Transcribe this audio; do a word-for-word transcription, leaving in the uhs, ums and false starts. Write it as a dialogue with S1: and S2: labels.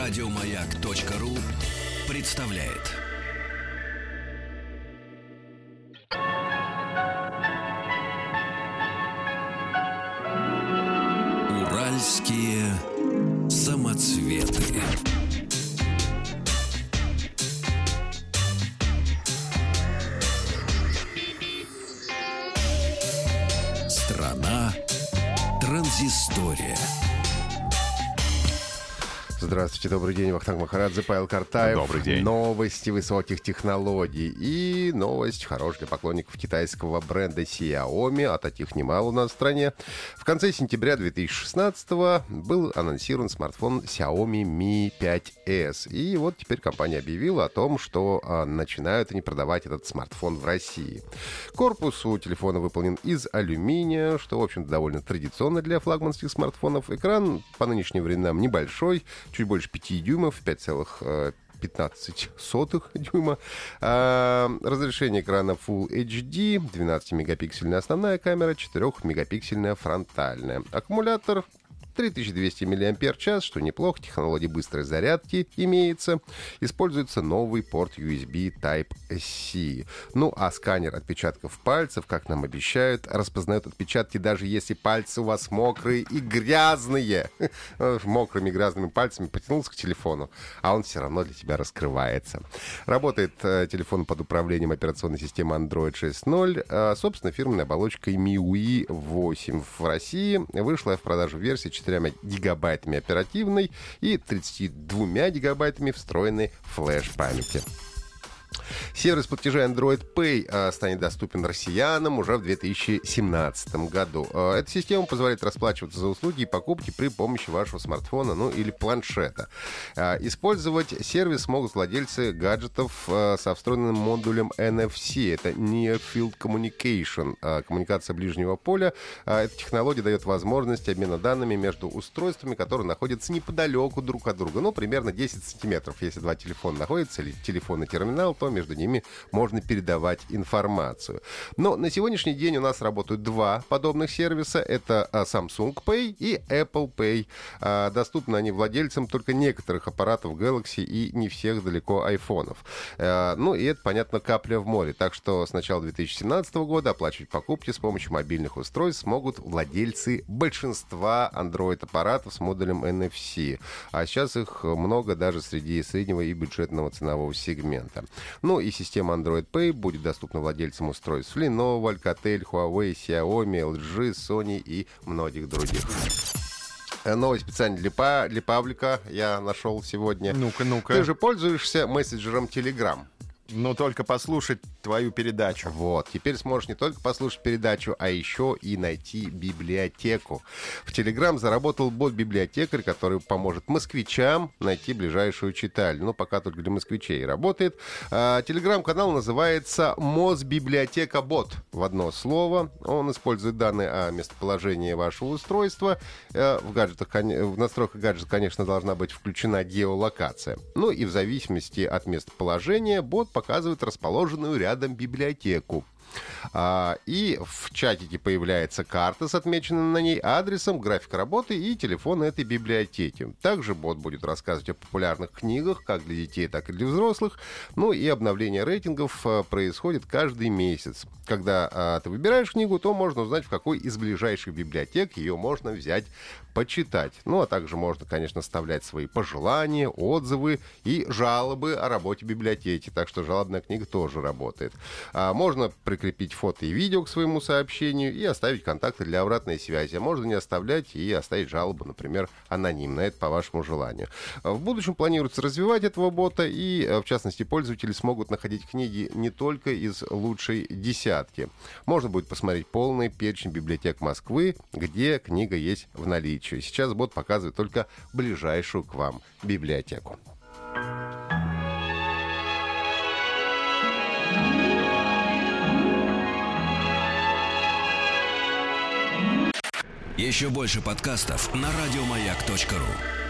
S1: Радиомаяк.ру представляет. Уральские самоцветы. Страна транзистория.
S2: Здравствуйте, добрый день, Вахтанг Махарадзе, Павел Картаев.
S3: Добрый день.
S2: Новости высоких технологий и новость хорошая для поклонников китайского бренда Xiaomi, а таких немало у нас в стране. В конце сентября две тысячи шестнадцатого был анонсирован смартфон Xiaomi Mi пять эс. И вот теперь компания объявила о том, что а, начинают они продавать этот смартфон в России. Корпус у телефона выполнен из алюминия, что, в общем-то, довольно традиционно для флагманских смартфонов. Экран по нынешним временам небольшой, чуть больше пяти дюймов, пять целых пятнадцать сотых дюйма. А, разрешение экрана Full эйч ди, двенадцатимегапиксельная основная камера, четырехмегапиксельная фронтальная. Аккумулятор три тысячи двести миллиампер-час, что неплохо, технология быстрой зарядки имеется. Используется новый порт ю эс би Type-C. Ну, а сканер отпечатков пальцев, как нам обещают, распознает отпечатки, даже если пальцы у вас мокрые и грязные. Мокрыми грязными пальцами потянулся к телефону, а он все равно для тебя раскрывается. Работает э, телефон под управлением операционной системы Android шесть ноль. Э, собственно, фирменной оболочкой эм ай ю и восемь. В России вышла в продажу версия четырьмя гигабайтами оперативной и тридцатью двумя гигабайтами встроенной флеш-памяти. Сервис платежей Android Pay а, станет доступен россиянам уже в две тысячи семнадцатом году. А, эта система позволяет расплачиваться за услуги и покупки при помощи вашего смартфона, ну или планшета. А, использовать сервис могут владельцы гаджетов а, со встроенным модулем эн эф си. Это Near Field Communication, а, коммуникация ближнего поля. А, эта технология дает возможность обмена данными между устройствами, которые находятся неподалеку друг от друга. Ну, примерно десять сантиметров. Если два телефона находятся, или телефонный терминал, то между ними можно передавать информацию. Но на сегодняшний день у нас работают два подобных сервиса. Это Samsung Pay и Apple Pay. Доступны они владельцам только некоторых аппаратов Galaxy и не всех далеко айфонов. Ну и это, понятно, капля в море. Так что с начала две тысячи семнадцатого года оплачивать покупки с помощью мобильных устройств смогут владельцы большинства Android-аппаратов с модулем эн эф си. А сейчас их много даже среди среднего и бюджетного ценового сегмента. Ну и система Android Pay будет доступна владельцам устройств Lenovo, Alcatel, Huawei, Xiaomi, эл джи, Sony и многих других. Новость специально для, па- для паблика я нашел сегодня.
S3: Ну-ка, ну-ка.
S2: Ты же пользуешься мессенджером Telegram.
S3: Но только послушать твою передачу.
S2: Вот, теперь сможешь не только послушать передачу, а еще и найти библиотеку. В Telegram заработал бот-библиотекарь, который поможет москвичам найти ближайшую читальню. Ну, пока только для москвичей работает. Telegram-канал называется Мосбиблиотека-бот. В одно слово. Он использует данные о местоположении вашего устройства. В, гаджетах, в настройках гаджета, конечно, должна быть включена геолокация. Ну и в зависимости от местоположения бот показывает расположенную рядом библиотеку. А, и в чатике появляется карта с отмеченным на ней адресом, график работы и телефон этой библиотеки. Также бот будет рассказывать о популярных книгах, как для детей, так и для взрослых. Ну и обновление рейтингов а, происходит каждый месяц. Когда а, ты выбираешь книгу, то можно узнать, в какой из ближайших библиотек ее можно взять почитать. Ну, а также можно, конечно, оставлять свои пожелания, отзывы и жалобы о работе библиотеки. Так что жалобная книга тоже работает. А, можно прикрепить фото и видео к своему сообщению и оставить контакты для обратной связи. А можно не оставлять и оставить жалобу, например, анонимно. Это по вашему желанию. В будущем планируется развивать этого бота, и, в частности, пользователи смогут находить книги не только из лучшей десятки. Можно будет посмотреть полный перечень библиотек Москвы, где книга есть в наличии. Сейчас бот показывает только ближайшую к вам библиотеку.
S1: Еще больше подкастов на радиомаяк точка ру.